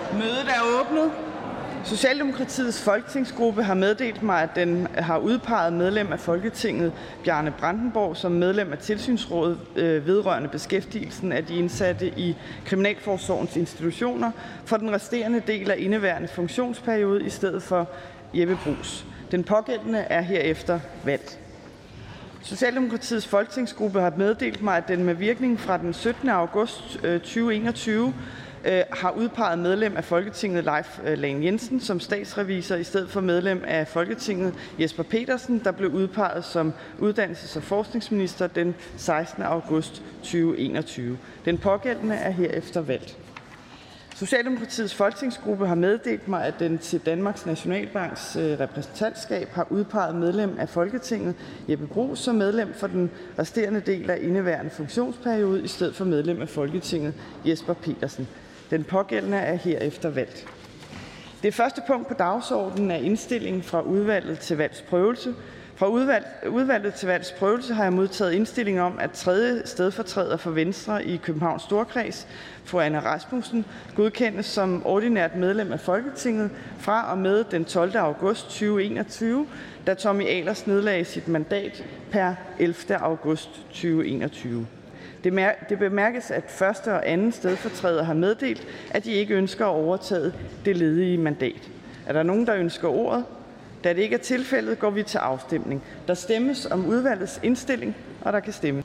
Mødet er åbnet. Socialdemokratiets folketingsgruppe har meddelt mig, at den har udpeget medlem af Folketinget Bjarne Brandenborg som medlem af Tilsynsrådet vedrørende beskæftigelsen af de indsatte i Kriminalforsorgens institutioner for den resterende del af indeværende funktionsperiode i stedet for Jeppe Bruus. Den pågældende er herefter valgt. Socialdemokratiets folketingsgruppe har meddelt mig, at den med virkning fra den 17. august 2021 har udpeget medlem af Folketinget Leif Lahn Jensen som statsrevisor i stedet for medlem af Folketinget Jesper Petersen, der blev udpeget som uddannelses- og forskningsminister den 16. august 2021. Den pågældende er herefter valgt. Socialdemokratiets folketingsgruppe har meddelt mig, at den til Danmarks Nationalbanks repræsentantskab har udpeget medlem af Folketinget Jeppe Bruus som medlem for den resterende del af indeværende funktionsperiode i stedet for medlem af Folketinget Jesper Petersen. Den pågældende er herefter valgt. Det første punkt på dagsordenen er indstillingen fra udvalget til valgsprøvelse. Fra udvalget til valgsprøvelse har jeg modtaget indstilling om, at 3. stedfortræder for Venstre i Københavns Storkreds, fru Anna Rasmussen, godkendes som ordinært medlem af Folketinget fra og med den 12. august 2021, da Tommy Ahlers nedlagde sit mandat per 11. august 2021. Det bemærkes, at 1. og 2. stedfortræder har meddelt, at de ikke ønsker at overtage det ledige mandat. Er der nogen, der ønsker ordet? Da det ikke er tilfældet, går vi til afstemning. Der stemmes om udvalgets indstilling, og der kan stemmes.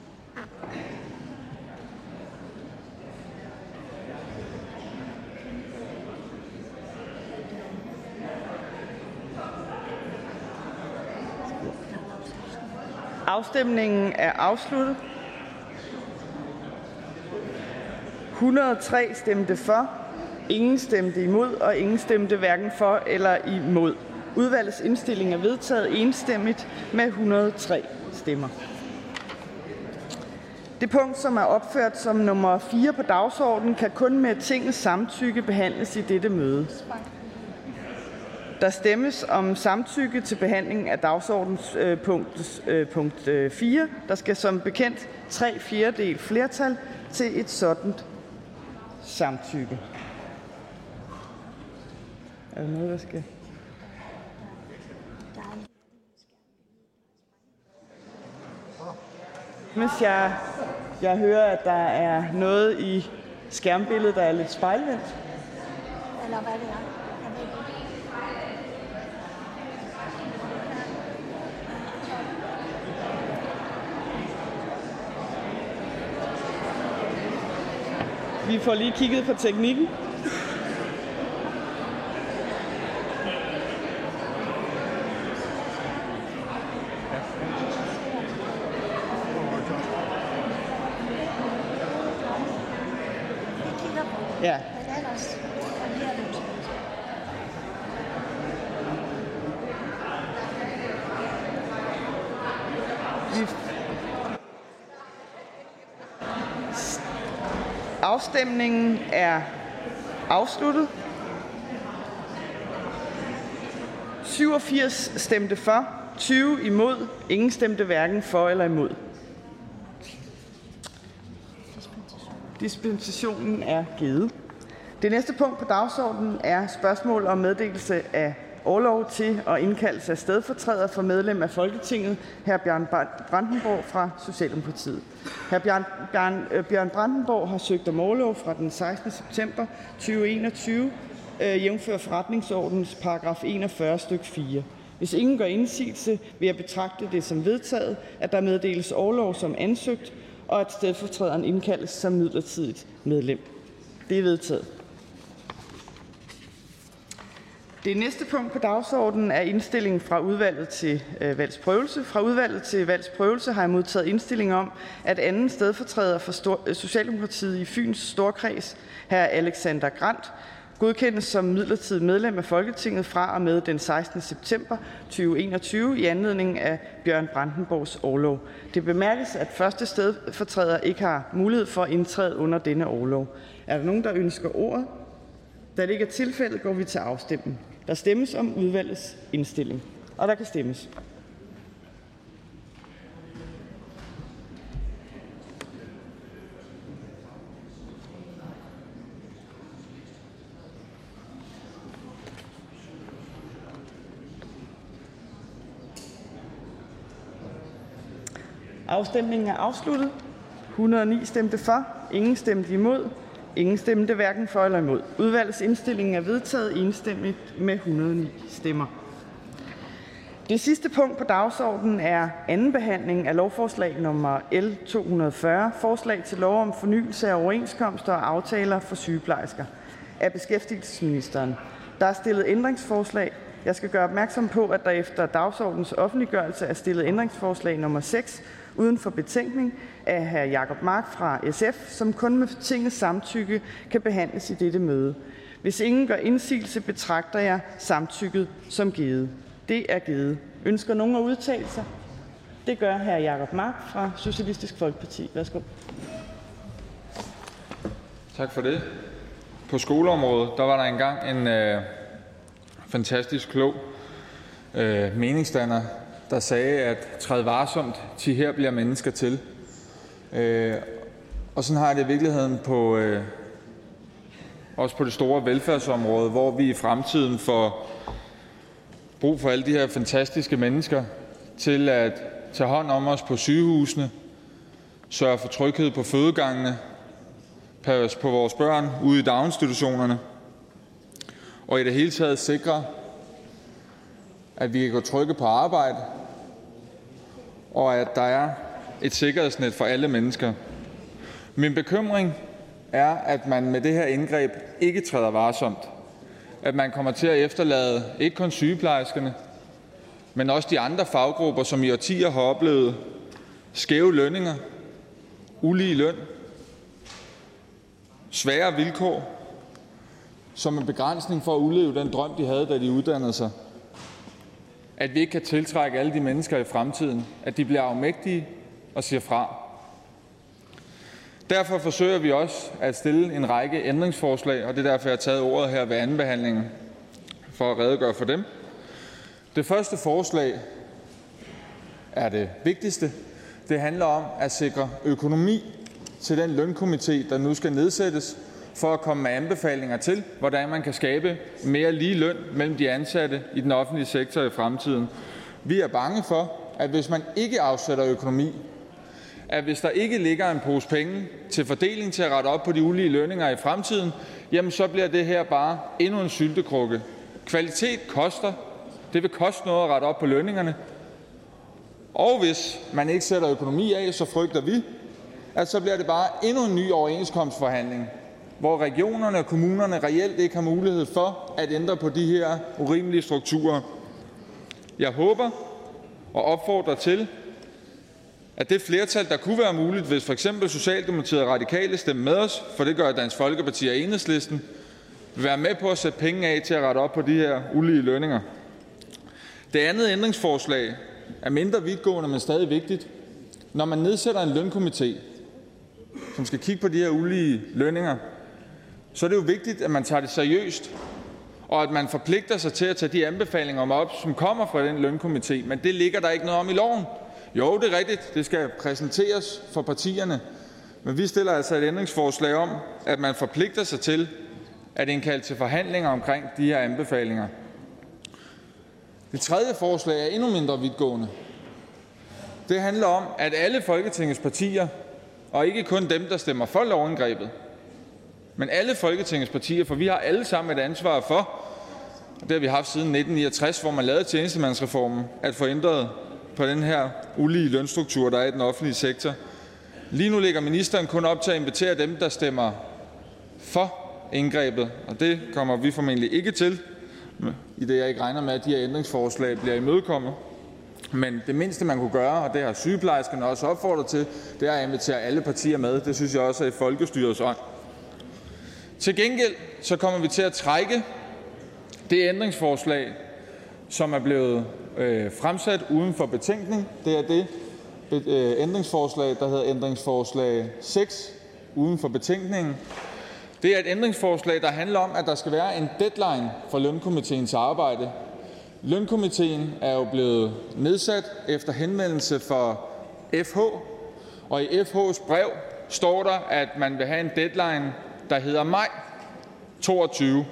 Afstemningen er afsluttet. 103 stemte for, ingen stemte imod, og ingen stemte hverken for eller imod. Udvalgets indstilling er vedtaget enstemmigt med 103 stemmer. Det punkt, som er opført som nummer 4 på dagsordenen, kan kun med Tingets samtykke behandles i dette møde. Der stemmes om samtykke til behandling af dagsordens punkt 4. Der skal som bekendt 3/4 flertal til et sådant samtykke. Er der noget, der skal? Hvis jeg hører, at der er noget i skærmbilledet, der er lidt spejlvendt. Eller hvad det er. Vi får lige kigget på teknikken. Ja. Afstemningen er afsluttet. 87 stemte for, 20 imod, ingen stemte hverken for eller imod. Dispensationen er givet. Det næste punkt på dagsordenen er spørgsmål om meddelelse af orlov til og indkaldelse af stedfortræder for medlem af Folketinget, hr. Bjarne Brandenborg fra Socialdemokratiet. Hr. Bjarne Brandenborg har søgt om orlov fra den 16. september 2021, jævnfør forretningsordenens paragraf 41 stykke 4. Hvis ingen gør indsigelse, vil jeg betragte det som vedtaget, at der meddeles orlov som ansøgt, og at stedfortræderen indkaldes som midlertidigt medlem. Det er vedtaget. Det næste punkt på dagsordenen er indstillingen fra udvalget til valgsprøvelse. Fra udvalget til valgsprøvelse har jeg modtaget indstilling om, at 2. stedfortræder for Socialdemokratiet i Fyns Storkreds, hr. Alexander Grandt, godkendes som midlertidigt medlem af Folketinget fra og med den 16. september 2021 i anledning af Bjørn Brandenborgs orlov. Det bemærkes, at 1. stedfortræder ikke har mulighed for at indtræde under denne orlov. Er der nogen, der ønsker ordet? Da det ikke er tilfældet, går vi til afstemning. Der stemmes om udvalgets indstilling, og der kan stemmes. Afstemningen er afsluttet. 109 stemte for, ingen stemte imod, ingen stemte hverken for eller imod. Udvalgets indstilling er vedtaget enstemmigt med 109 stemmer. Det sidste punkt på dagsordenen er anden behandling af lovforslag nummer L 240, forslag til lov om fornyelse af overenskomster og aftaler for sygeplejersker af beskæftigelsesministeren. Der er stillet ændringsforslag. Jeg skal gøre opmærksom på, at der efter dagsordens offentliggørelse er stillet ændringsforslag nummer 6 uden for betænkning af hr. Jacob Mark fra SF, som kun med Tingets samtykke kan behandles i dette møde. Hvis ingen gør indsigelse, betragter jeg samtykket som givet. Det er givet. Ønsker nogen at udtale sig? Det gør hr. Jacob Mark fra Socialistisk Folkeparti. Værsgo. Tak for det. På skoleområdet var der engang en fantastisk klog meningsdanner, der sagde, at træd varsomt, thi her bliver mennesker til. Og sådan har jeg det i virkeligheden også på det store velfærdsområde, hvor vi i fremtiden får brug for alle de her fantastiske mennesker til at tage hånd om os på sygehusene, sørge for tryghed på fødegangene, passe på vores børn ude i daginstitutionerne, og i det hele taget sikre, at vi kan gå trygge på arbejde, og at der er et sikkerhedsnet for alle mennesker. Min bekymring er, at man med det her indgreb ikke træder varsomt. At man kommer til at efterlade ikke kun sygeplejerskerne, men også de andre faggrupper, som i årtier har oplevet skæve lønninger, ulige løn, svære vilkår, som en begrænsning for at udleve den drøm, de havde, da de uddannede sig. At vi ikke kan tiltrække alle de mennesker i fremtiden, at de bliver afmægtige og siger fra. Derfor forsøger vi også at stille en række ændringsforslag, og det er derfor, jeg har taget ordet her ved andenbehandlingen for at redegøre for dem. Det første forslag er det vigtigste. Det handler om at sikre økonomi til den lønkomité, der nu skal nedsættes, for at komme med anbefalinger til, hvordan man kan skabe mere lige løn mellem de ansatte i den offentlige sektor i fremtiden. Vi er bange for, at hvis man ikke afsætter økonomi, at hvis der ikke ligger en pose penge til fordeling til at rette op på de ulige lønninger i fremtiden, jamen så bliver det her bare endnu en syltekrukke. Kvalitet koster. Det vil koste noget at rette op på lønningerne. Og hvis man ikke sætter økonomi af, så frygter vi, at så bliver det bare endnu en ny overenskomstforhandling, hvor regionerne og kommunerne reelt ikke har mulighed for at ændre på de her urimelige strukturer. Jeg håber og opfordrer til, at det flertal, der kunne være muligt, hvis f.eks. Socialdemokratiet og Radikale stemmer med os, for det gør Dansk Folkeparti og Enhedslisten, vil være med på at sætte penge af til at rette op på de her ulige lønninger. Det andet ændringsforslag er mindre vidtgående, men stadig vigtigt. Når man nedsætter en lønkomité, som skal kigge på de her ulige lønninger, så er det jo vigtigt, at man tager det seriøst, og at man forpligter sig til at tage de anbefalinger op, som kommer fra den lønkomité. Men det ligger der ikke noget om i loven. Jo, det er rigtigt. Det skal præsenteres for partierne. Men vi stiller altså et ændringsforslag om, at man forpligter sig til at indkalde til forhandlinger omkring de her anbefalinger. Det tredje forslag er endnu mindre vidtgående. Det handler om, at alle Folketingets partier, og ikke kun dem, der stemmer for lovindgrebet, men alle Folketingets partier, for vi har alle sammen et ansvar for, og det har vi haft siden 1969, hvor man lavede tjenestemandsreformen, at få ændret på den her ulige lønstruktur, der er i den offentlige sektor. Lige nu lægger ministeren kun op til at invitere dem, der stemmer for indgrebet, og det kommer vi formentlig ikke til, i det jeg ikke regner med, at de her ændringsforslag bliver imødekommet. Men det mindste, man kunne gøre, og det har sygeplejerskerne også opfordret til, det er at invitere alle partier med. Det synes jeg også er i folkestyrets ånd. Til gengæld så kommer vi til at trække det ændringsforslag, som er blevet fremsat uden for betænkning. Det er det ændringsforslag, der hedder ændringsforslag 6 uden for betænkningen. Det er et ændringsforslag, der handler om, at der skal være en deadline for lønkomiteens arbejde. Lønkomiteen er jo blevet nedsat efter henvendelse for FH, og i FH's brev står der, at man vil have en deadline, der hedder maj 22.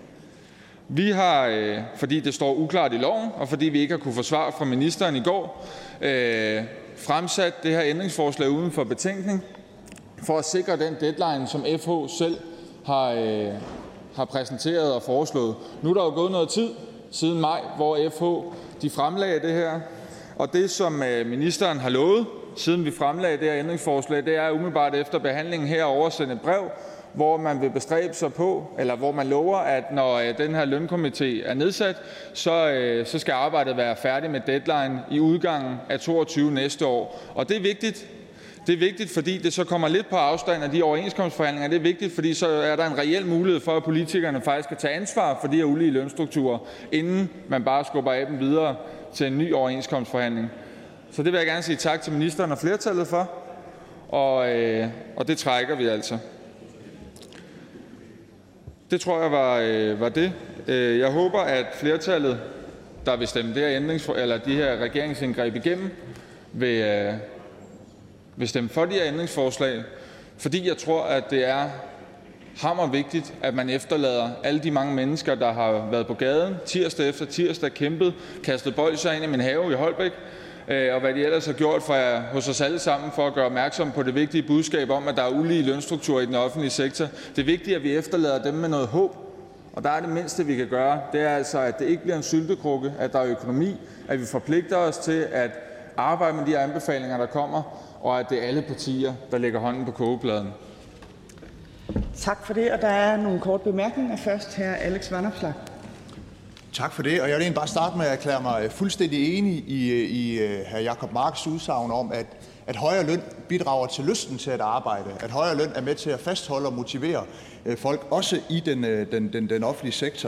Vi har, fordi det står uklart i loven, og fordi vi ikke har kunne få svar fra ministeren i går, fremsat det her ændringsforslag uden for betænkning for at sikre den deadline, som FH selv har præsenteret og foreslået. Nu er der jo gået noget tid siden maj, hvor FH de fremlagde det her, og det, som ministeren har lovet, siden vi fremlagde det her ændringsforslag, det er umiddelbart efter behandlingen her at oversende et brev, hvor man vil bestræbe sig på, eller hvor man lover, at når den her lønkomité er nedsat, så skal arbejdet være færdigt med deadline i udgangen af 22 næste år. Og det er vigtigt. Det er vigtigt, fordi det så kommer lidt på afstand af de overenskomstforhandlinger. Det er vigtigt, fordi så er der en reel mulighed for, at politikerne faktisk kan tage ansvar for de her ulige lønstrukturer, inden man bare skubber af dem videre til en ny overenskomstforhandling. Så det vil jeg gerne sige tak til ministeren og flertallet for, og det trækker vi altså. Det tror jeg var det. Jeg håber, at flertallet, der vil stemme det her de her regeringsindgreb igennem, vil stemme for de her ændringsforslag, fordi jeg tror, at det er hammervigtigt, at man efterlader alle de mange mennesker, der har været på gaden tirsdag efter tirsdag, kæmpet, kastet bolsjer ind i min have i Holbæk, og hvad de ellers har gjort hos os alle sammen for at gøre opmærksom på det vigtige budskab om, at der er ulige lønstrukturer i den offentlige sektor. Det er vigtigt, at vi efterlader dem med noget håb, og der er det mindste, vi kan gøre, det er altså, at det ikke bliver en syltekrukke, at der er økonomi, at vi forpligter os til at arbejde med de anbefalinger, der kommer, og at det er alle partier, der lægger hånden på kogepladen. Tak for det, og der er nogle korte bemærkninger. Først her Alex Vanopslagh. Tak for det, og jeg vil egentlig bare starte med at erklære mig fuldstændig enig i hr. Jacob Marks udsagn om, at højere løn bidrager til lysten til at arbejde, at højere løn er med til at fastholde og motivere folk, også i den offentlige sektor.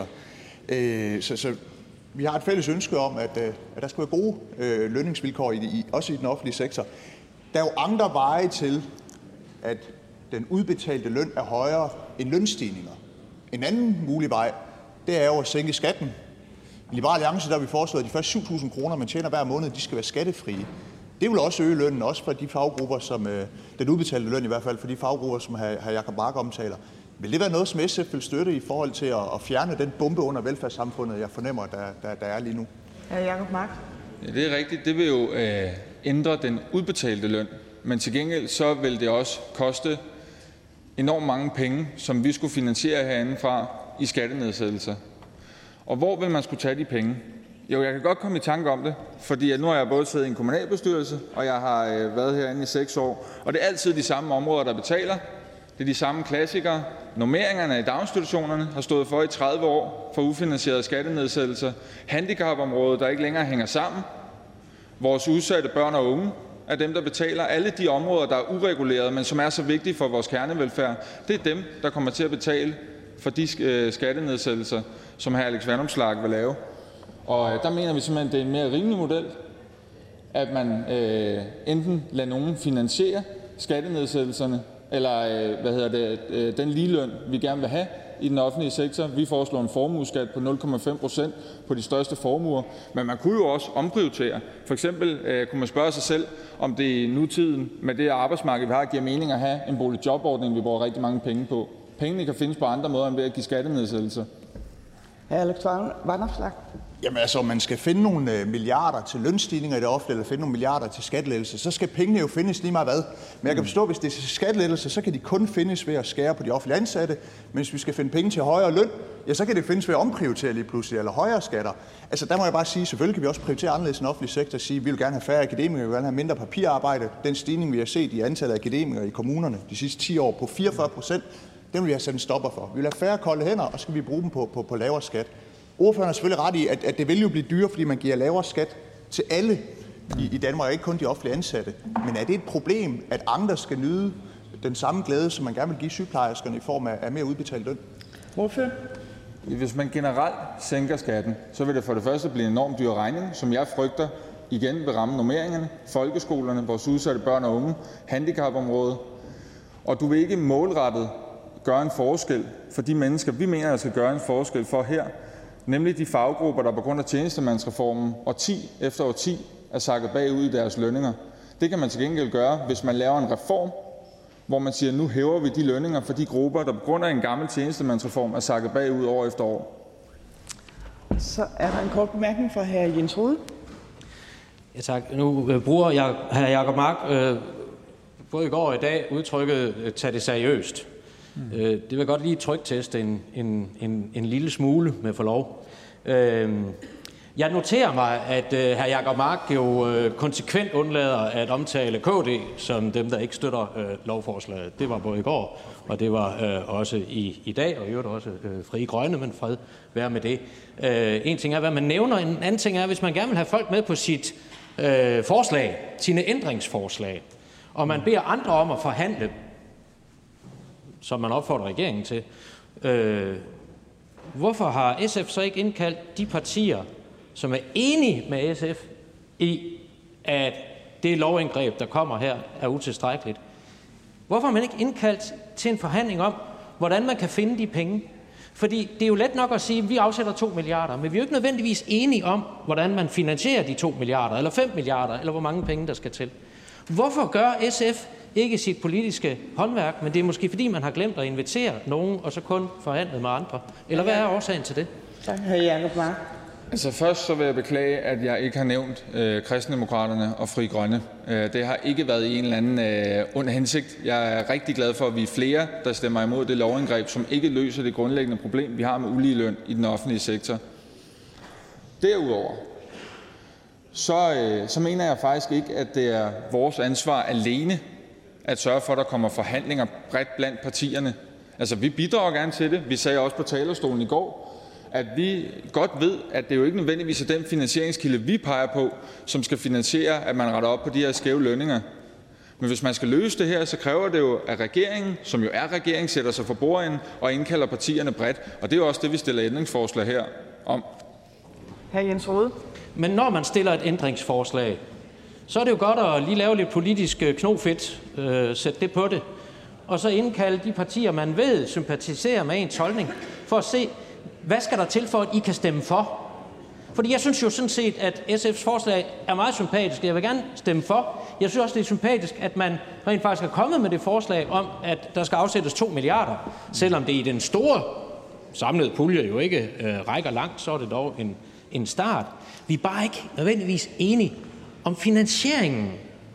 Så vi har et fælles ønske om, at der skal være gode lønningsvilkår, også i den offentlige sektor. Der er jo andre veje til, at den udbetalte løn er højere end lønstigninger. En anden mulig vej, det er jo at sænke skatten. I Liberal Alliance der har vi foreslået, at de første 7.000 kroner, man tjener hver måned, de skal være skattefrie. Det vil også øge lønnen, også for de faggrupper, som den udbetalte løn i hvert fald, for de faggrupper, som hr. Jacob Mark omtaler. Vil det være noget, som SF vil støtte i forhold til at fjerne den bombe under velfærdssamfundet, jeg fornemmer, der er lige nu? Hr. Jacob Mark? Ja, det er rigtigt. Det vil jo ændre den udbetalte løn, men til gengæld så vil det også koste enormt mange penge, som vi skulle finansiere herindefra i skattenedsættelser. Og hvor vil man skulle tage de penge? Jo, jeg kan godt komme i tanke om det, fordi nu har jeg både siddet i en kommunalbestyrelse, og jeg har været herinde i 6 år, og det er altid de samme områder, der betaler. Det er de samme klassikere. Normeringerne i daginstitutionerne har stået for i 30 år for ufinansierede skattenedsættelser. Handicapområdet, der ikke længere hænger sammen. Vores udsatte børn og unge er dem, der betaler. Alle de områder, der er uregulerede, men som er så vigtige for vores kernevelfærd, det er dem, der kommer til at betale for de skattenedsættelser, som hr. Alex Vanopslagh vil lave. Og der mener vi simpelthen, det er en mere rimelig model, at man enten lader nogen finansiere skattenedsættelserne, eller den ligeløn, vi gerne vil have i den offentlige sektor. Vi foreslår en formueskat på 0,5% på de største formuer, men man kunne jo også omprioritere. For eksempel kunne man spørge sig selv, om det i nutiden med det arbejdsmarked, vi har, giver mening at have en boligjobordning, vi bruger rigtig mange penge på. Pengene kan findes på andre måder end ved at give skattenedsættelser. Hr. Alex Vanopslagh. Jamen altså, om man skal finde nogle milliarder til lønstigninger i det offentlige, eller finde nogle milliarder til skattelettelser, så skal pengene jo findes lige meget hvad. Men jeg kan forstå, at hvis det er skattelettelser, så kan de kun findes ved at skære på de offentlige ansatte. Men hvis vi skal finde penge til højere løn, ja, så kan det findes ved at omprioritere lige pludselig, eller højere skatter. Altså, der må jeg bare sige, selvfølgelig kan vi også prioritere anderledes i den offentlige sektor og sige, at vi vil gerne have færre akademikere, vi vil gerne have mindre papirarbejde. Den stigning, vi har set i antallet af akademikere i kommunerne de sidste 10 år på 44%, den vil vi have sat en stopper for. Vi vil have færre kolde hænder, og så skal vi bruge dem på lavere skat. Ordføreren har selvfølgelig ret i, at det vil jo blive dyrere, fordi man giver lavere skat til alle i Danmark, og ikke kun de offentlige ansatte. Men er det et problem, at andre skal nyde den samme glæde, som man gerne vil give sygeplejerskerne i form af mere udbetalt løn? Ordfører? Hvis man generelt sænker skatten, så vil det for det første blive en enormt dyr regning, som jeg frygter igen vil ramme normeringerne, folkeskolerne, vores udsatte børn og unge, handicapområdet. Og du vil ikke målrettet gøre en forskel for de mennesker, vi mener, der skal gøre en forskel for her, nemlig de faggrupper, der på grund af tjenestemandsreformen årti efter årti er sakket bagud i deres lønninger. Det kan man til gengæld gøre, hvis man laver en reform, hvor man siger, nu hæver vi de lønninger for de grupper, der på grund af en gammel tjenestemandsreform er sakket bagud år efter år. Så er der en kort bemærkning fra hr. Jens Rohde. Ja, tak. Nu bruger hr. Jacob Mark både i går og i dag udtrykket tage det seriøst. Det vil jeg godt lige trykteste en lille smule med forlov. Jeg noterer mig, at hr. Jacob Mark jo konsekvent undlader at omtale KD som dem, der ikke støtter lovforslaget. Det var både i går, og det var også i dag, og i øvrigt også Frie Grønne, men fred være med det. En ting er, hvad man nævner, en anden ting er, hvis man gerne vil have folk med på sit forslag, sine ændringsforslag, og man beder andre om at forhandle, som man opfordrer regeringen til. Hvorfor har SF så ikke indkaldt de partier, som er enige med SF i, at det lovindgreb, der kommer her, er utilstrækkeligt? Hvorfor har man ikke indkaldt til en forhandling om, hvordan man kan finde de penge? Fordi det er jo let nok at sige, at vi afsætter 2 milliarder, men vi er jo ikke nødvendigvis enige om, hvordan man finansierer de 2 milliarder, eller 5 milliarder, eller hvor mange penge, der skal til. Hvorfor gør SF ikke sit politiske håndværk, men det er måske fordi, man har glemt at invitere nogen, og så kun forhandlet med andre? Eller hvad er årsagen til det? Tak, hr. Jacob Mark. Altså først så vil jeg beklage, at jeg ikke har nævnt Kristendemokraterne og Frie Grønne. Det har ikke været i en eller anden ond hensigt. Jeg er rigtig glad for, at vi er flere, der stemmer imod det lovindgreb, som ikke løser det grundlæggende problem, vi har med ulige løn i den offentlige sektor. Derudover så mener jeg faktisk ikke, at det er vores ansvar alene at sørge for, at der kommer forhandlinger bredt blandt partierne. Altså vi bidrager gerne til det. Vi sagde også på talerstolen i går, at vi godt ved, at det jo ikke nødvendigvis er den finansieringskilde, vi peger på, som skal finansiere, at man retter op på de her skæve lønninger. Men hvis man skal løse det her, så kræver det jo, at regeringen, som jo er regering, sætter sig for bordenden og indkalder partierne bredt. Og det er jo også det, vi stiller ændringsforslag her om. Hr. Jens Rohde. Men når man stiller et ændringsforslag, så er det jo godt at lige lave lidt politisk knofedt, sætte det på det, og så indkalde de partier, man ved sympatiserer med ens holdning, for at se, hvad skal der til for, at I kan stemme for? Fordi jeg synes jo sådan set, at SF's forslag er meget sympatisk. Jeg vil gerne stemme for. Jeg synes også, det er sympatisk, at man rent faktisk er kommet med det forslag om, at der skal afsættes 2 milliarder. Selvom det i den store samlede pulje jo ikke rækker langt, så er det dog en start. Vi er bare ikke nødvendigvis enige om finansieringen.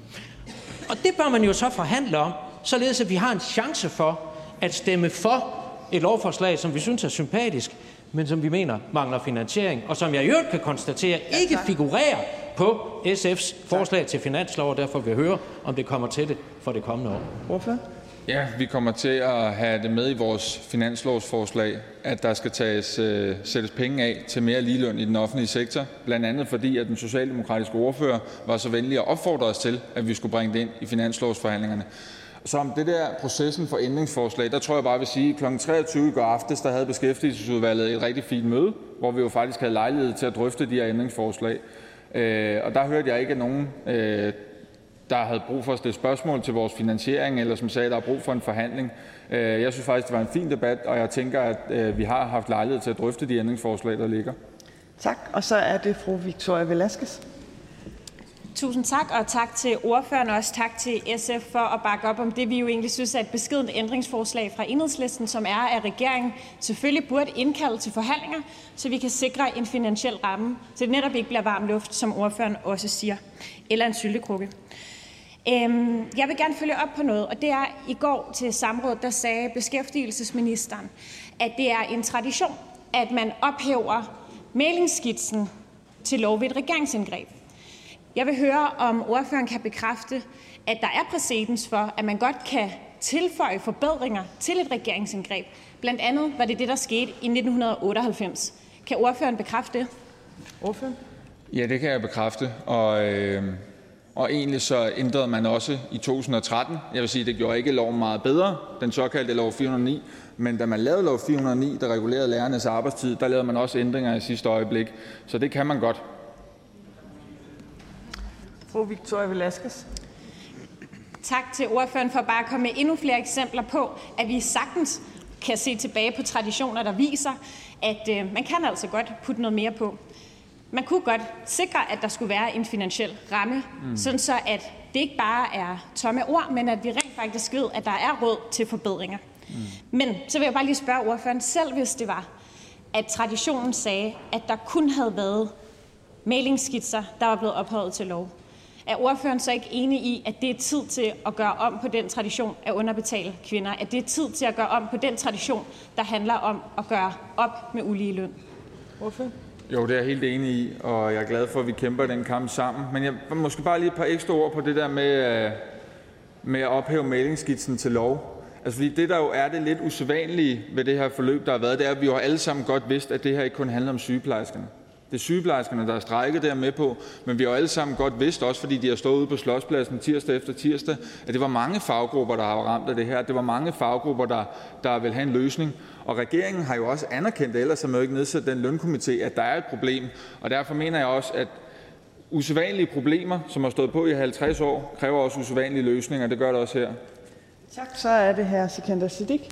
Og det bør man jo så forhandle om, således at vi har en chance for at stemme for et lovforslag, som vi synes er sympatisk, men som vi mener mangler finansiering, og som jeg i øvrigt kan konstatere ikke figurerer på SF's forslag til finanslov, og derfor vil jeg høre, om det kommer til det for det kommende år. Hvorfor? Ja, vi kommer til at have det med i vores finanslovsforslag, at der skal sættes penge af til mere ligeløn i den offentlige sektor, blandt andet fordi, at den socialdemokratiske ordfører var så venlig at opfordre os til, at vi skulle bringe det ind i finanslovsforhandlingerne. Så om det der processen for ændringsforslag, der tror jeg bare, vil sige, kl. 23 i går aftes, der havde Beskæftigelsesudvalget et rigtig fint møde, hvor vi jo faktisk havde lejlighed til at drøfte de her ændringsforslag. Og der hørte jeg ikke nogen, der havde brug for at stille spørgsmål til vores finansiering, eller som sagde, at der er brug for en forhandling. Jeg synes faktisk, det var en fin debat, og jeg tænker, at vi har haft lejlighed til at drøfte de ændringsforslag, der ligger. Tak, og så er det fru Victoria Velasquez. Tusind tak, og tak til ordføreren, og også tak til SF for at bakke op om det, vi jo egentlig synes er et beskedent ændringsforslag fra Enhedslisten, som er, at regeringen selvfølgelig burde indkalde til forhandlinger, så vi kan sikre en finansiel ramme, så det netop ikke bliver varm luft, som ordføreren også siger, eller en syltekrukke. Jeg vil gerne følge op på noget, og det er, i går til samrådet, der sagde beskæftigelsesministeren, at det er en tradition, at man ophæver mæglingsskitsen til lov ved et regeringsindgreb. Jeg vil høre, om ordføreren kan bekræfte, at der er præcedens for, at man godt kan tilføje forbedringer til et regeringsindgreb. Blandt andet var det det, der skete i 1998. Kan ordføreren bekræfte det? Ordføreren? Ja, det kan jeg bekræfte. Og egentlig så ændrede man også i 2013. Jeg vil sige, det gjorde ikke loven meget bedre, den såkaldte lov 409. Men da man lavede lov 409, der regulerede lærernes arbejdstid, der lavede man også ændringer i sidste øjeblik. Så det kan man godt. Fru Victoria Velasquez. Tak til ordføreren for bare at komme med endnu flere eksempler på, at vi sagtens kan se tilbage på traditioner, der viser, at man kan altså godt putte noget mere på. Man kunne godt sikre, at der skulle være en finansiel ramme, sådan så at det ikke bare er tomme ord, men at vi rent faktisk ved, at der er råd til forbedringer. Men så vil jeg bare lige spørge ordføreren, selv hvis det var, at traditionen sagde, at der kun havde været mailingsskitser, der var blevet ophøjet til lov. Er ordføreren så ikke enig i, at det er tid til at gøre om på den tradition at underbetale kvinder? At det er tid til at gøre om på den tradition, der handler om at gøre op med ulige løn? Ordfører? Jo, det er jeg helt enig i, og jeg er glad for, at vi kæmper den kamp sammen. Men jeg måske bare lige et par ekstra ord på det der med at ophæve mailingsskitsen til lov. Altså fordi det, der jo er det lidt usædvanlige ved det her forløb, der har været, det er, at vi jo alle sammen godt vidst, at det her ikke kun handler om sygeplejerskerne. Det er sygeplejerskerne, der er strejket, der med på, men vi har jo alle sammen godt vidst, også fordi de har stået ude på Slotspladsen tirsdag efter tirsdag, at det var mange faggrupper, der har ramt af det her. Det var mange faggrupper, der vil have en løsning. Og regeringen har jo også anerkendt, ellers har man jo ikke nedsat den lønkomité, at der er et problem. Og derfor mener jeg også, at usædvanlige problemer, som har stået på i 50 år, kræver også usædvanlige løsninger. Det gør det også her. Tak. Så er det hr. Sikandar Siddique.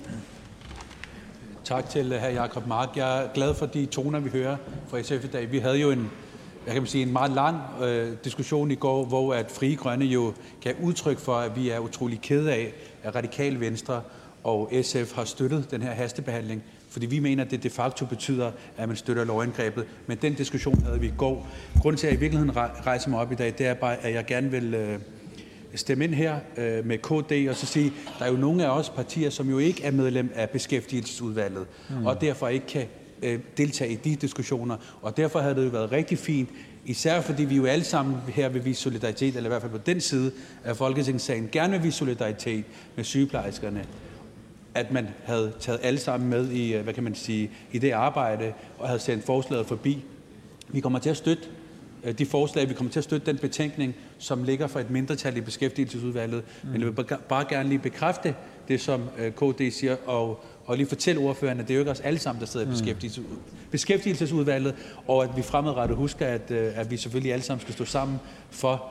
Tak til hr. Jacob Mark. Jeg er glad for de toner, vi hører fra SF i dag. Vi havde jo en meget lang diskussion i går, hvor at Frie Grønne jo gav udtryk for, at vi er utrolig kede af, at Radikale Venstre og SF har støttet den her hastebehandling, fordi vi mener, at det de facto betyder, at man støtter lovindgrebet. Men den diskussion havde vi i går. Grunden til, at jeg i virkeligheden rejser mig op i dag, det er bare, at jeg gerne vil stemme ind her med KD og så sige, at der er jo nogle af os partier, som jo ikke er medlem af beskæftigelsesudvalget, og derfor ikke kan deltage i de diskussioner. Og derfor havde det jo været rigtig fint, især fordi vi jo alle sammen her vil vise solidaritet, eller i hvert fald på den side af Folketingssalen gerne vil vise solidaritet med sygeplejerskerne, at man havde taget alle sammen med i, i det arbejde, og havde sendt forslaget forbi. Vi kommer til at støtte de forslag, vi kommer til at støtte den betænkning, som ligger for et mindretal i beskæftigelsesudvalget. Men jeg vil bare gerne lige bekræfte det, som KD siger, og lige fortælle ordføreren, at det er jo ikke os alle sammen, der sidder i beskæftigelsesudvalget, og at vi fremadrettet husker, at vi selvfølgelig alle sammen skal stå sammen for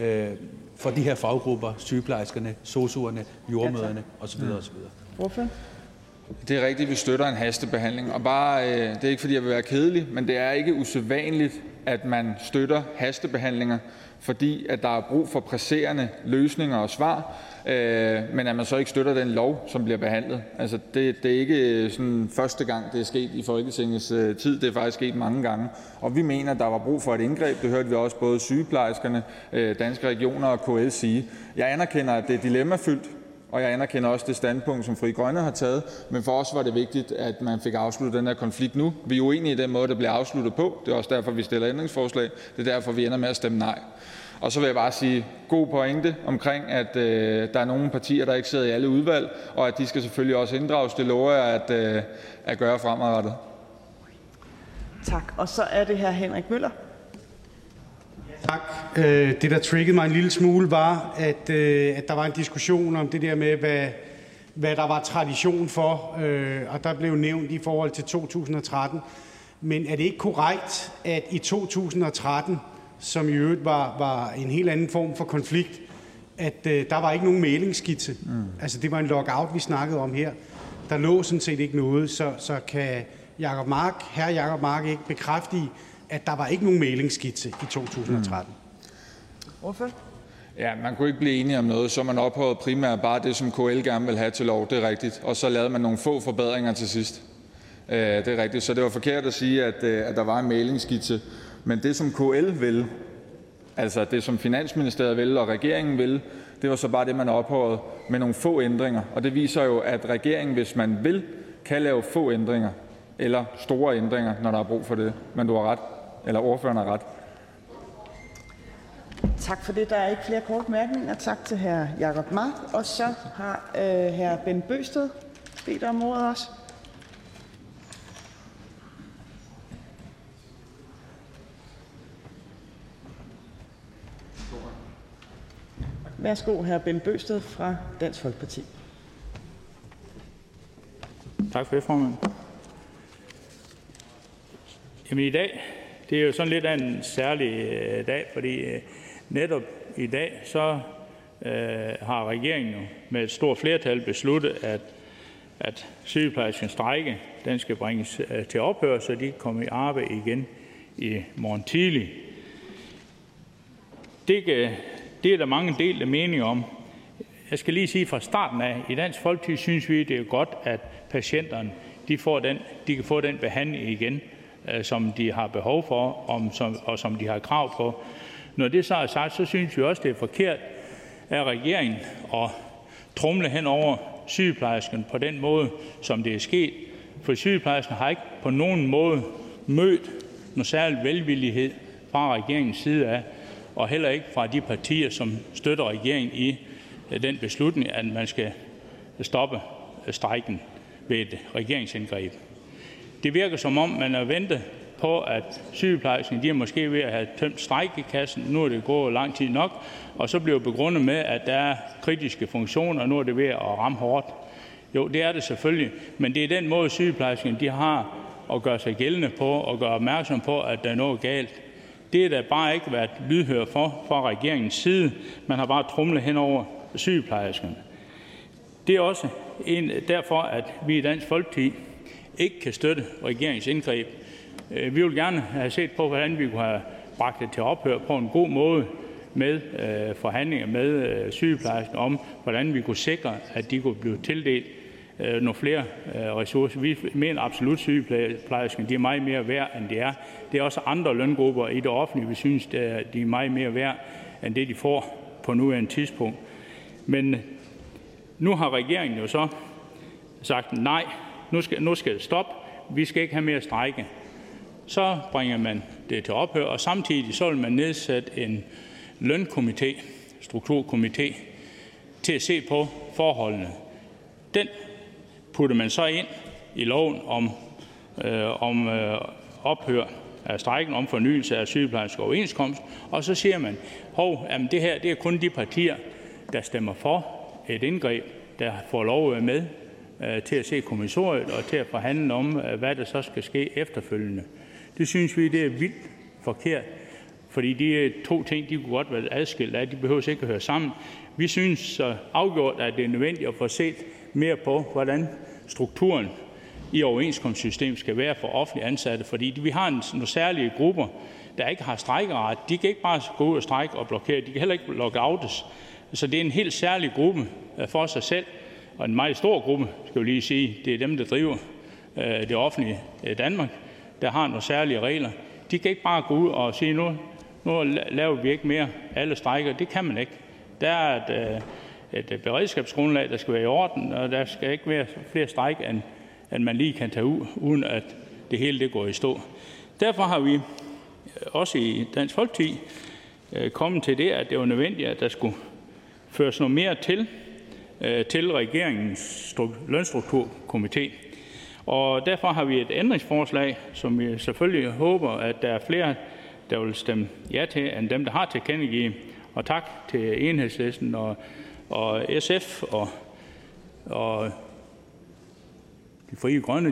de her faggrupper, sygeplejerskerne, sosuerne, jordemødrene osv. osv. Ordfører? Det er rigtigt, vi støtter en hastebehandling, og det er ikke, fordi jeg vil være kedelig, men det er ikke usædvanligt, at man støtter hastebehandlinger, fordi at der er brug for presserende løsninger og svar, men at man så ikke støtter den lov, som bliver behandlet. Altså, det er ikke sådan første gang, det er sket i Folketingets tid. Det er faktisk sket mange gange. Og vi mener, at der var brug for et indgreb. Det hørte vi også både sygeplejerskerne, Danske Regioner og KL sige. Jeg anerkender, at det er dilemmafyldt, og jeg anerkender også det standpunkt, som Frie Grønne har taget, men for os var det vigtigt, at man fik afsluttet den her konflikt nu. Vi er uenige i den måde, det bliver afsluttet på. Det er også derfor, vi stiller ændringsforslag. Det er derfor, vi ender med at stemme nej. Og så vil jeg bare sige god pointe omkring, at der er nogle partier, der ikke sidder i alle udvalg, og at de skal selvfølgelig også inddrages. Det lover jeg at gøre fremadrettet. Tak. Og så er det hr. Henrik Møller. Tak. Det, der triggede mig en lille smule, var, at der var en diskussion om det der med, hvad der var tradition for, og der blev nævnt i forhold til 2013. Men er det ikke korrekt, at i 2013, som i øvrigt var en helt anden form for konflikt, at der var ikke nogen mailingsskitse? Altså, det var en lockout, vi snakkede om her. Der lå sådan set ikke noget, så kan hr. Jacob Mark ikke bekræfte i, at der var ikke nogen mailingsskitse i 2013. Ordfører? Ja, man kunne ikke blive enige om noget, så man ophøjede primært bare det, som KL gerne vil have til lov. Det er rigtigt. Og så lavede man nogle få forbedringer til sidst. Det er rigtigt. Så det var forkert at sige, at der var en mailingsskitse. Men det, som KL vil, altså det, som Finansministeriet vil og regeringen vil, det var så bare det, man ophøjede med nogle få ændringer. Og det viser jo, at regeringen, hvis man vil, kan lave få ændringer eller store ændringer, når der er brug for det. Men du har ret, eller ordføreren har ret. Tak for det. Der er ikke flere korte bemærkninger. Tak til hr. Jacob Mark. Og så har hr. Bent Bøgsted bedt om ordet også. Værsgo, hr. Bent Bøgsted fra Dansk Folkeparti. Tak for det, formand. Jamen i dag, det er jo sådan lidt af en særlig dag, fordi netop i dag, så har regeringen jo med et stort flertal besluttet, at sygeplejerskens strejke, den skal bringes til ophør, så de kan komme i arbejde igen i morgen tidlig. Det er der mange delte meninger om. Jeg skal lige sige fra starten af, i Dansk Folkeparti synes vi, det er godt, at patienterne de kan få den behandling igen, som de har behov for, og som de har krav på. Når det så er sagt, så synes vi også, det er forkert af regeringen at tromle hen over sygeplejersken på den måde, som det er sket. For sygeplejersken har ikke på nogen måde mødt noget særlig velvillighed fra regeringens side af, og heller ikke fra de partier, som støtter regeringen i den beslutning, at man skal stoppe strejken ved et regeringsindgreb. Det virker som om, man har ventet på, at sygeplejersken de er måske ved at have tømt strejkekassen. Nu er det gået lang tid nok, og så bliver begrundet med, at der er kritiske funktioner, og nu er det ved at ramme hårdt. Jo, det er det selvfølgelig, men det er den måde, sygeplejersken de har at gøre sig gældende på og gøre opmærksom på, at der er noget galt. Det er der bare ikke været lydhør for fra regeringens side. Man har bare tromlet hen over sygeplejerskerne. Det er også derfor, at vi i Dansk Folkeparti ikke kan støtte regeringens indgreb. Vi vil gerne have set på, hvordan vi kunne have bragt det til ophør på en god måde med forhandlinger med sygeplejerskerne om, hvordan vi kunne sikre, at de kunne blive tildelt nogle flere ressourcer. Vi mener absolut, at sygeplejerskerne de er meget mere værd, end de er. Det er også andre løngrupper i det offentlige, vi synes, de er meget mere værd, end det de får på nuværende tidspunkt. Men nu har regeringen jo så sagt nej, nu skal det stoppe, vi skal ikke have mere strejke. Så bringer man det til ophør, og samtidig så vil man nedsætte en lønkomité, strukturkomité, til at se på forholdene. Den putter man så ind i loven om ophør af strejken, om fornyelse af sygeplejersk overenskomst, og så siger man, at det her det er kun de partier, der stemmer for et indgreb, der får lov at være med til at se kommissoriet og til at forhandle om, hvad der så skal ske efterfølgende. Det synes vi, det er vildt forkert, fordi de to ting, de kunne godt være adskilt af, de behøver ikke at høre sammen. Vi synes så afgjort, at det er nødvendigt at få set mere på, hvordan strukturen i overenskomstsystemet skal være for offentlige ansatte, fordi vi har nogle særlige grupper, der ikke har strejkeret. De kan ikke bare gå ud og strejke og blokere, de kan heller ikke lockoutes. Så det er en helt særlig gruppe for sig selv, og en meget stor gruppe, skal vi lige sige. Det er dem, der driver det offentlige Danmark, der har nogle særlige regler. De kan ikke bare gå ud og sige, nu laver vi ikke mere alle strejker. Det kan man ikke. Der er et beredskabsgrundlag, der skal være i orden, og der skal ikke være flere strejk, end man lige kan tage ud, uden at det hele det går i stå. Derfor har vi også i Dansk Folkeparti kommet til det, at det var nødvendigt, at der skulle føres noget mere til regeringens lønstrukturkomité. Og derfor har vi et ændringsforslag, som vi selvfølgelig håber, at der er flere, der vil stemme ja til, end dem, der har tilkendegivet. Og tak til Enhedslisten og SF og de Frie Grønne,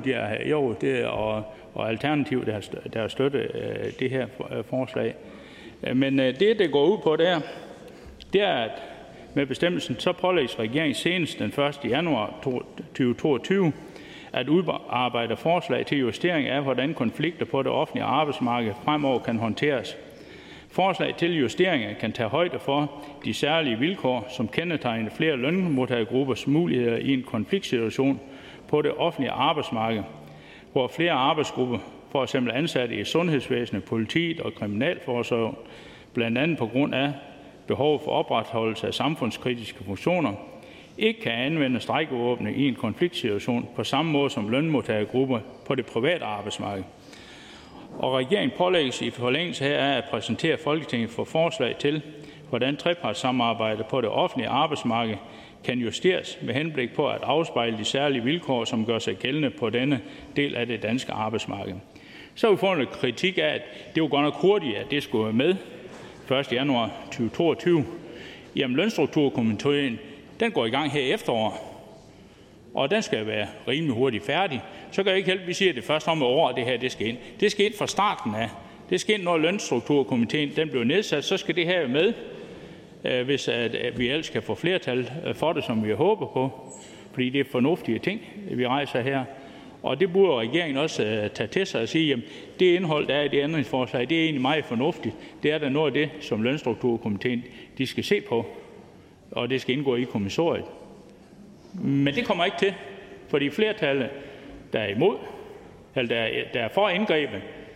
og Alternativ, der har støttet det her forslag. Men det går ud på, det er, at med bestemmelsen så pålægges regeringen senest den 1. januar 2022 at udarbejde forslag til justering af, hvordan konflikter på det offentlige arbejdsmarked fremover kan håndteres. Forslag til justeringer kan tage højde for de særlige vilkår, som kendetegner flere lønmodtagergruppers muligheder i en konfliktsituation på det offentlige arbejdsmarked, hvor flere arbejdsgrupper, f.eks. ansatte i sundhedsvæsenet, politiet og kriminalforsorgen, blandt andet på grund af behov for opretholdelse af samfundskritiske funktioner, ikke kan anvende strejkevåbne i en konfliktsituation på samme måde som lønmodtagergrupper på det private arbejdsmarked. Og regeringen pålægges i forlængelse heraf at præsentere Folketinget for forslag til, hvordan trepartssamarbejdet på det offentlige arbejdsmarked kan justeres med henblik på at afspejle de særlige vilkår, som gør sig gældende på denne del af det danske arbejdsmarked. Så har vi fået en kritik af, at det var godt nok hurtigt, at det skulle være med 1. januar 2022. Jamen, lønstrukturkomitéen, den går i gang her i efteråret, og den skal være rimelig hurtigt færdig. Så kan jeg ikke hjælpe, vi siger, at det først om et år, det her det skal ind. Det skal ind fra starten af. Det skal ind, når lønstrukturkomitéen den bliver nedsat, så skal det her med, hvis vi ellers kan få flertal for det, som vi håber på. Fordi det er fornuftige ting, vi rejser her. Og det burde regeringen også tage til sig og sige, at det indhold, der er i det ændringsforslag, det er egentlig meget fornuftigt. Det er da noget af det, som lønstrukturkomitéen de skal se på, og det skal indgå i kommissoriet. Men det kommer ikke til, fordi flertallet, der er imod, eller der er for indgrebet,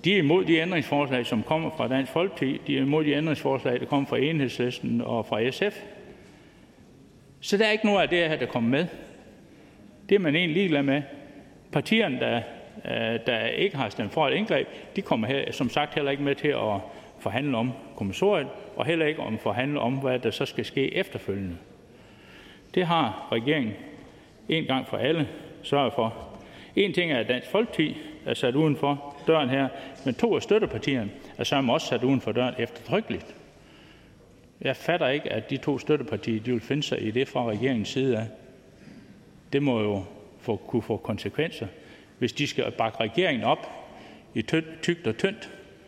De er imod de ændringsforslag, som kommer fra Dansk Folkeparti. De er imod de ændringsforslag, der kommer fra Enhedslisten og fra SF. Så der er ikke noget af det her, der kommer med. Det er man egentlig ligeglad med. Partierne, der ikke har stemt for et indgreb, de kommer her, som sagt heller ikke med til at forhandle om kommissoriet, og heller ikke om forhandle om, hvad der så skal ske efterfølgende. Det har regeringen en gang for alle sørget for. En ting er, at Dansk Folkeparti er sat uden for døren her, men 2 af støttepartierne er så også sat uden for døren eftertrykkeligt. Jeg fatter ikke, at de 2 støttepartier de vil finde sig i det fra regeringens side af. Det må jo kunne få konsekvenser. Hvis de skal bakke regeringen op i tykt og tyndt,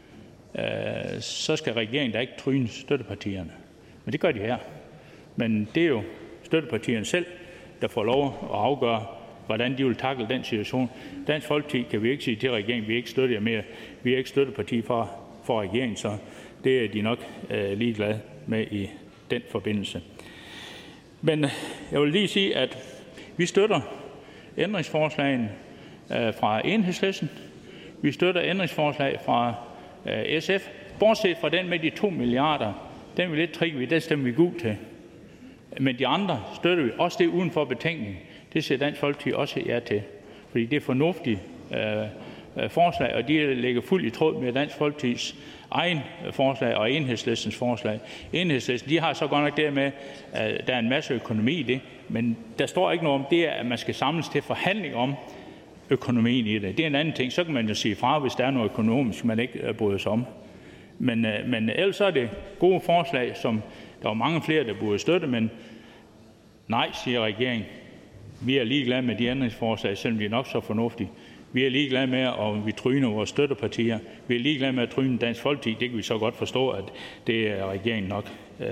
så skal regeringen da ikke tryne støttepartierne. Men det gør de her. Men det er jo støttepartierne selv, der får lov at afgøre, hvordan de vil tackle den situation. Dansk Folkeparti kan vi ikke sige til regeringen, vi ikke støtter mere. Vi er ikke støtteparti for regeringen, så det er de nok ligeglade med i den forbindelse. Men jeg vil lige sige, at vi støtter ændringsforslagene fra Enhedslisten. Vi støtter ændringsforslag fra SF. Bortset fra den med de 2 milliarder, den er lidt tricky, den stemmer vi gult til. Men de andre støtter vi. Også det uden for betænkning. Det siger Dansk Folkeparti også ja til. Fordi det er fornuftige forslag, og de ligger fuldt i tråd med Dansk Folkepartis egen forslag og Enhedslistens forslag. Enhedslisten, de har så godt nok det med, at der er en masse økonomi i det, men der står ikke noget om det, at man skal samles til forhandling om økonomien i det. Det er en anden ting. Så kan man jo sige fra, hvis der er noget økonomisk, man ikke bryder sig om. Men ellers er det gode forslag, som der var mange flere, der burde støtte, men nej, siger regeringen. Vi er ligeglade med de ændringsforslag, selvom de er nok så fornuftige. Vi er ligeglade med, at vi tryner vores støttepartier. Vi er ligeglade med at tryne Dansk Folkeparti. Det kan vi så godt forstå, at det er regeringen nok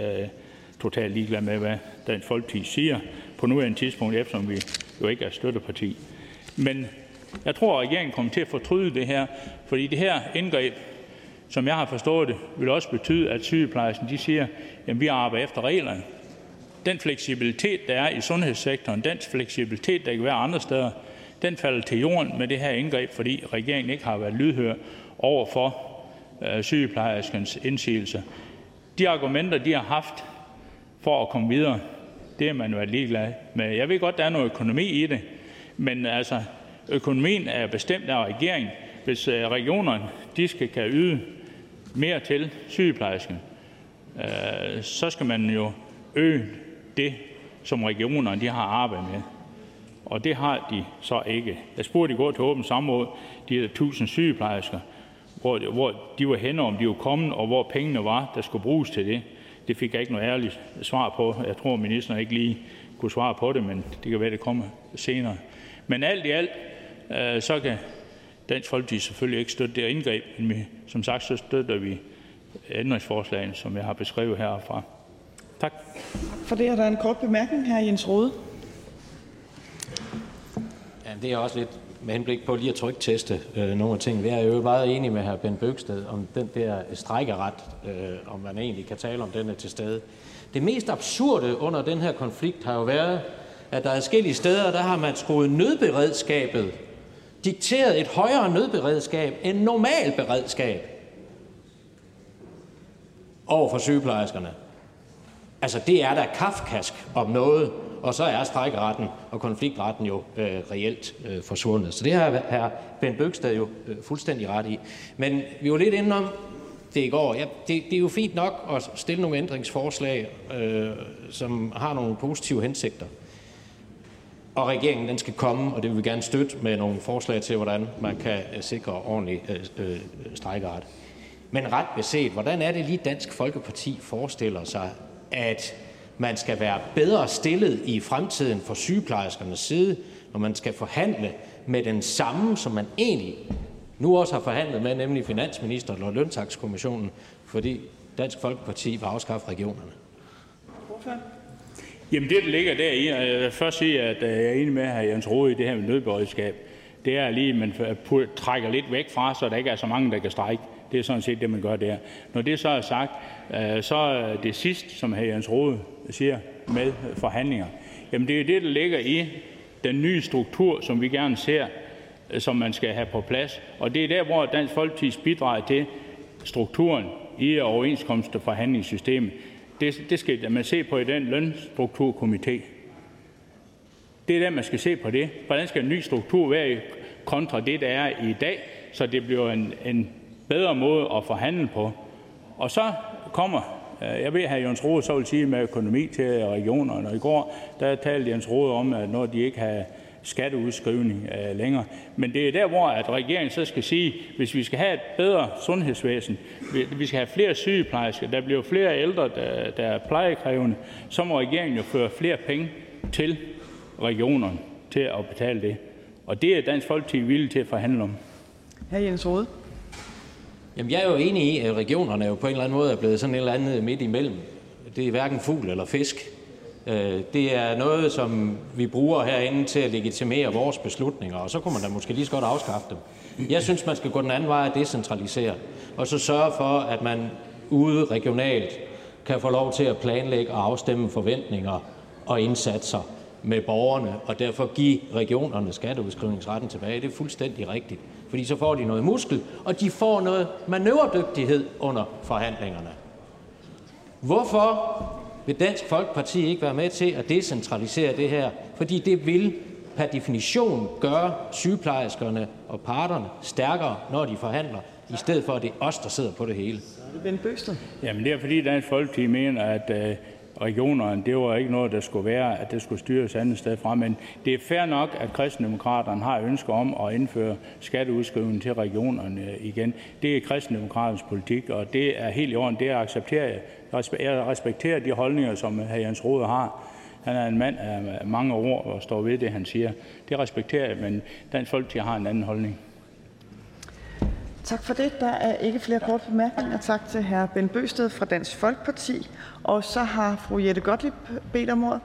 totalt ligeglad med, hvad Dansk Folkeparti siger på nuværende tidspunkt, eftersom vi jo ikke er støtteparti. Men jeg tror, at regeringen kommer til at fortryde det her, fordi det her indgreb, som jeg har forstået det, vil også betyde, at sygeplejersken de siger, at vi arbejder efter reglerne. Den fleksibilitet, der er i sundhedssektoren, den fleksibilitet, der kan være andre steder, den falder til jorden med det her indgreb, fordi regeringen ikke har været lydhør over for sygeplejerskens indsigelser. De argumenter, de har haft for at komme videre, det er man været ligeglad med. Jeg ved godt, der er noget økonomi i det, men altså, økonomien er bestemt af regeringen. Hvis regionerne de kan yde mere til sygeplejersken, så skal man jo øge det, som regionerne de har arbejdet med. Og det har de så ikke. Jeg spurgte i går til åbent samråd, de der 1000 sygeplejersker, hvor de var henne, om de var kommet, og hvor pengene var, der skulle bruges til det. Det fik jeg ikke noget ærligt svar på. Jeg tror, ministeren ikke lige kunne svare på det, men det kan være, det kommer senere. Men alt i alt, så kan Dansk Folkeparti selvfølgelig ikke støtte det indgreb, men som sagt, så støtter vi ændringsforslagene, som jeg har beskrevet herfra. Tak. For det er der en kort bemærkning her, Jens Rohde. Ja, det er også lidt med henblik på lige at trykteste nogle af ting. Jeg er jo meget enig med hr. Bent Bøgsted om den der strejkeret, om man egentlig kan tale om den er til stede. Det mest absurde under den her konflikt har jo været, at der er forskellige steder, der har man skruet nødberedskabet, dikteret et højere nødberedskab end normal beredskab over for sygeplejerskerne. Altså, det er da kafkask om noget, og så er strejkeretten og konfliktretten jo reelt forsvundet. Så det har hr. Bent Bøgsted jo fuldstændig ret i. Men vi var lidt inde om det i går. Ja, det er jo fint nok at stille nogle ændringsforslag, som har nogle positive hensigter. Og regeringen den skal komme, og det vil vi gerne støtte med nogle forslag til, hvordan man kan sikre ordentlig strejkeret. Men ret beset, hvordan er det lige Dansk Folkeparti forestiller sig, at man skal være bedre stillet i fremtiden for sygeplejerskernes side, når man skal forhandle med den samme, som man egentlig nu også har forhandlet med, nemlig finansministeren og løntakskommissionen, fordi Dansk Folkeparti vil afskaffe regionerne? Jamen det, der ligger deri, og jeg vil først sige, at jeg er enig med hr. Jens Rohde i det her med nødberedskab, det er lige, at man trækker lidt væk fra, så der ikke er så mange, der kan strejke. Det er sådan set det, man gør der. Når det så er sagt, så er det sidste, som hr. Jens Rohde siger, med forhandlinger. Jamen det er det, der ligger i den nye struktur, som vi gerne ser som man skal have på plads. Og det er der, hvor Dansk Folkepartis bidrag til strukturen i overenskomstforhandlingssystemet, det skal man se på i den lønstrukturkomité. Det er der, man skal se på det. Hvordan skal en ny struktur være kontra det, der er i dag, så det bliver en bedre måde at forhandle på. Og så kommer, jeg ved, at Jens Rohde så vil sige med økonomi til regionerne, og i går der talte Jens Rohde om, at når de ikke har skatteudskrivning længere. Men det er der, hvor at regeringen så skal sige, hvis vi skal have et bedre sundhedsvæsen, vi skal have flere sygeplejersker, der bliver flere ældre, der er plejekrævende, så må regeringen jo føre flere penge til regionerne til at betale det. Og det er Dansk Folkeparti villig til at forhandle om. Hr. Jens Rohde. Jamen, jeg er jo enig i, at regionerne jo på en eller anden måde er blevet sådan et eller andet midt imellem. Det er hverken fugl eller fisk. Det er noget, som vi bruger herinde til at legitimere vores beslutninger, og så kunne man da måske lige så godt afskaffe dem. Jeg synes, man skal gå den anden vej og decentralisere, og så sørge for, at man ude regionalt kan få lov til at planlægge og afstemme forventninger og indsatser med borgerne, og derfor give regionerne skatteudskrivningsretten tilbage. Det er fuldstændig rigtigt, fordi så får de noget muskel, og de får noget manøvredygtighed under forhandlingerne. Hvorfor vil Dansk Folkeparti ikke være med til at decentralisere det her? Fordi det vil per definition gøre sygeplejerskerne og parterne stærkere, når de forhandler, i stedet for at det er os, der sidder på det hele. Bent Bøgsted. Jamen det er fordi Dansk Folkeparti mener, at regionerne, det var ikke noget, der skulle være, at det skulle styres andet sted fra. Men det er fair nok, at Kristendemokraterne har ønsker om at indføre skatteudskrivning til regionerne igen. Det er Kristendemokraternes politik, og det er helt i orden. Det accepterer jeg. Jeg respekterer de holdninger, som hr. Jens Rohde har. Han er en mand af mange ord og står ved det, han siger. Det respekterer jeg, men Dansk Folkeparti har en anden holdning. Tak for det. Der er ikke flere korte bemærkninger. Tak til hr. Bent Bøgsted fra Dansk Folkeparti. Og så har fru Jette Gottlieb bedt om ordet.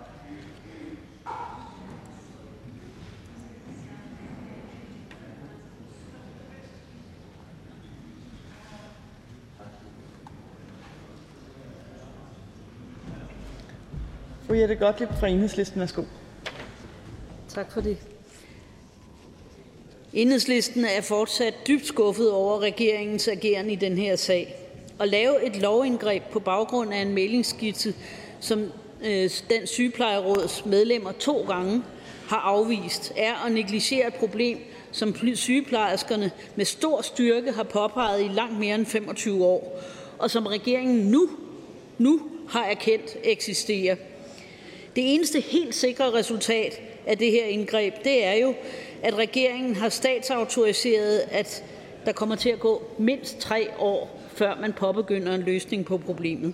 Fru Jette Gottlieb fra Enhedslisten, værsgo. Tak for det. Enhedslisten er fortsat dybt skuffet over regeringens ageren i den her sag. At lave et lovindgreb på baggrund af en mæglingsskitse, som Dansk Sygeplejeråds medlemmer 2 gange har afvist, er at negligere et problem, som sygeplejerskerne med stor styrke har påpeget i langt mere end 25 år, og som regeringen nu har erkendt eksisterer. Det eneste helt sikre resultat af det her indgreb, det er jo, at regeringen har statsautoriseret, at der kommer til at gå mindst 3 år, før man påbegynder en løsning på problemet.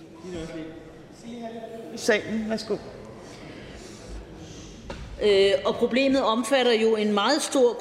Salen, værsgo. Og problemet omfatter jo en meget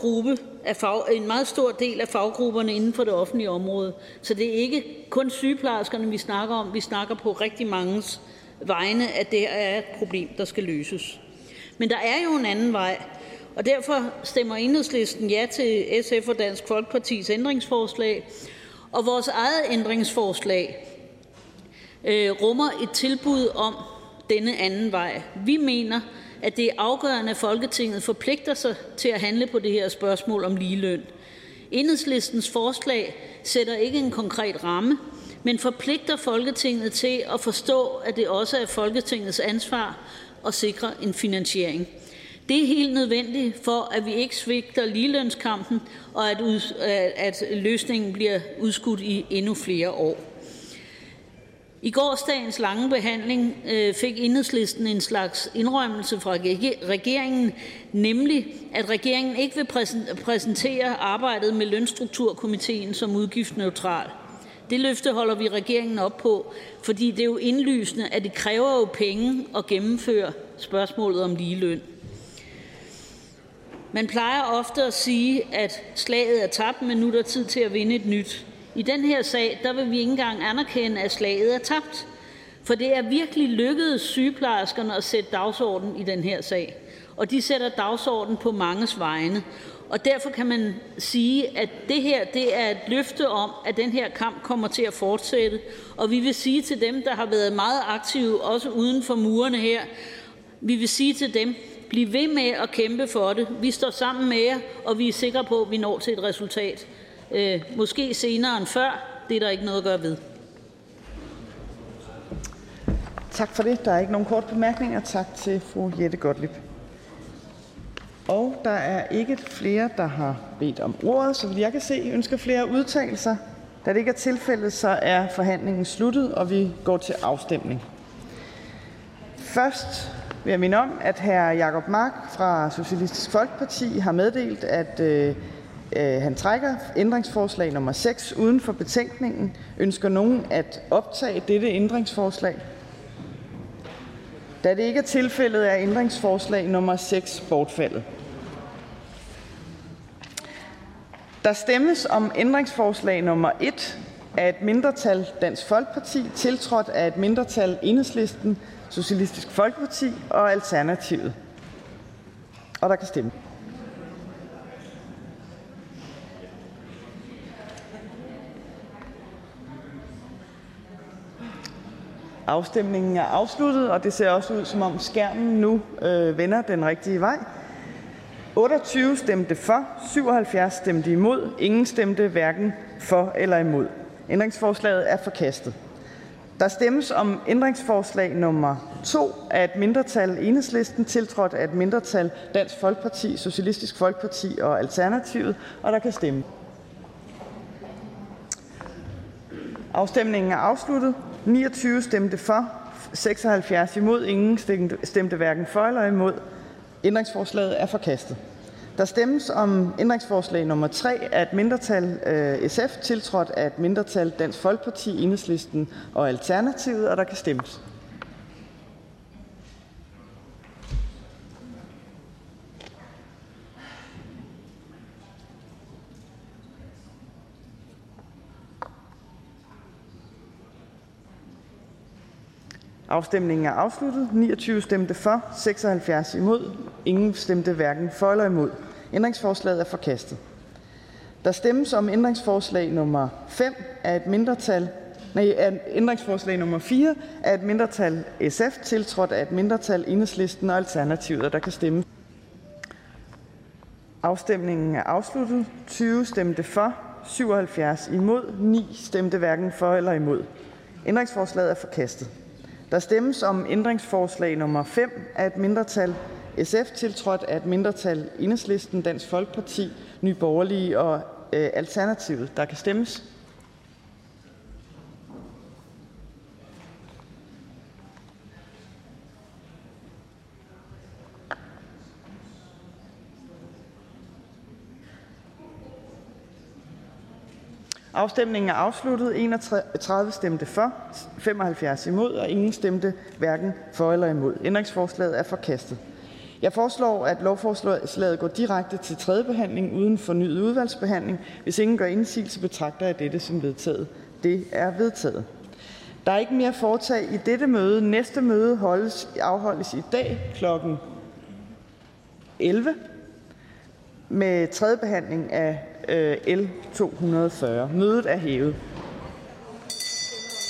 stor del af faggrupperne inden for det offentlige område. Så det er ikke kun sygeplejerskerne, vi snakker om. Vi snakker på rigtig manges vegne, at det er et problem, der skal løses. Men der er jo en anden vej, og derfor stemmer Enhedslisten ja til SF og Dansk Folkepartis ændringsforslag. Og vores eget ændringsforslag rummer et tilbud om denne anden vej. Vi mener, at det er afgørende, at Folketinget forpligter sig til at handle på det her spørgsmål om ligeløn. Enhedslistens forslag sætter ikke en konkret ramme, men forpligter Folketinget til at forstå, at det også er Folketingets ansvar at sikre en finansiering. Det er helt nødvendigt for, at vi ikke svigter ligelønskampen, og at løsningen bliver udskudt i endnu flere år. I gårsdagens lange behandling fik Enhedslisten en slags indrømmelse fra regeringen, nemlig at regeringen ikke vil præsentere arbejdet med lønstrukturkomiteen som udgiftsneutral. Det løfte holder vi regeringen op på, fordi det er jo indlysende, at det kræver jo penge at gennemføre spørgsmålet om ligeløn. Man plejer ofte at sige, at slaget er tabt, men nu er der tid til at vinde et nyt. I den her sag, der vil vi ikke engang anerkende, at slaget er tabt. For det er virkelig lykkedes sygeplejerskerne at sætte dagsorden i den her sag. Og de sætter dagsorden på manges vegne. Og derfor kan man sige, at det her det er et løfte om, at den her kamp kommer til at fortsætte. Og vi vil sige til dem, der har været meget aktive, også uden for murene her, vi vil sige til dem, Bliv ved med at kæmpe for det. Vi står sammen med jer, og vi er sikre på, at vi når til et resultat. Måske senere end før. Det er der ikke noget at gøre ved. Tak for det. Der er ikke nogen korte bemærkninger. Tak til fru Jette Gottlieb. Og der er ikke flere, der har bedt om ordet, så vidt jeg kan se, ønsker flere at udtale sig. Da det ikke er tilfældet, så er forhandlingen sluttet, og vi går til afstemning. Først vil jeg minde om, at hr. Jacob Mark fra Socialistisk Folkeparti har meddelt, at han trækker ændringsforslag nummer 6 uden for betænkningen. Ønsker nogen at optage dette ændringsforslag? Da det ikke er tilfældet, er ændringsforslag nummer 6 bortfaldet. Der stemmes om ændringsforslag nummer 1 af et mindretal Dansk Folkeparti, tiltrådt af et mindretal Enhedslisten, Socialistisk Folkeparti og Alternativet. Og der kan stemme. Afstemningen er afsluttet, og det ser også ud, som om skærmen nu vender den rigtige vej. 28 stemte for, 77 stemte imod, ingen stemte hverken for eller imod. Ændringsforslaget er forkastet. Der stemmes om ændringsforslag nummer 2 af et mindretal Enhedslisten, tiltrådt af et mindretal Dansk Folkeparti, Socialistisk Folkeparti og Alternativet, og der kan stemme. Afstemningen er afsluttet. 29 stemte for, 76 imod, ingen stemte hverken for eller imod. Ændringsforslaget er forkastet. Der stemmes om ændringsforslag nummer 3 af et mindretal SF, tiltrådt af et mindretal Dansk Folkeparti, Enhedslisten og Alternativet, og der kan stemmes. Afstemningen er afsluttet. 29 stemte for, 76 imod, ingen stemte hverken for eller imod. Ændringsforslaget er forkastet. Der stemmes om ændringsforslag nummer 5 af et mindretal, ændringsforslag nummer 4 af et mindretal SF, tiltrådt af et mindretal Enhedslisten og Alternativet, og der kan stemmes. Afstemningen er afsluttet. 20 stemte for, 77 imod, 9 stemte hverken for eller imod. Ændringsforslaget er forkastet. Der stemmes om ændringsforslag nummer 5 af et mindretal SF, tiltrådt af et mindretal Enhedslisten, Dansk Folkeparti, Nye Borgerlige og Alternativet. Der kan stemmes. Afstemningen er afsluttet. 31 stemte for, 75 imod, og ingen stemte hverken for eller imod. Ændringsforslaget er forkastet. Jeg foreslår, at lovforslaget går direkte til tredje behandling uden fornyet udvalgsbehandling. Hvis ingen gør indsigelse, betragter jeg dette som vedtaget. Det er vedtaget. Der er ikke mere at foretage i dette møde. Næste møde afholdes i dag kl. 11 med tredje behandling af L 240. Mødet er hævet.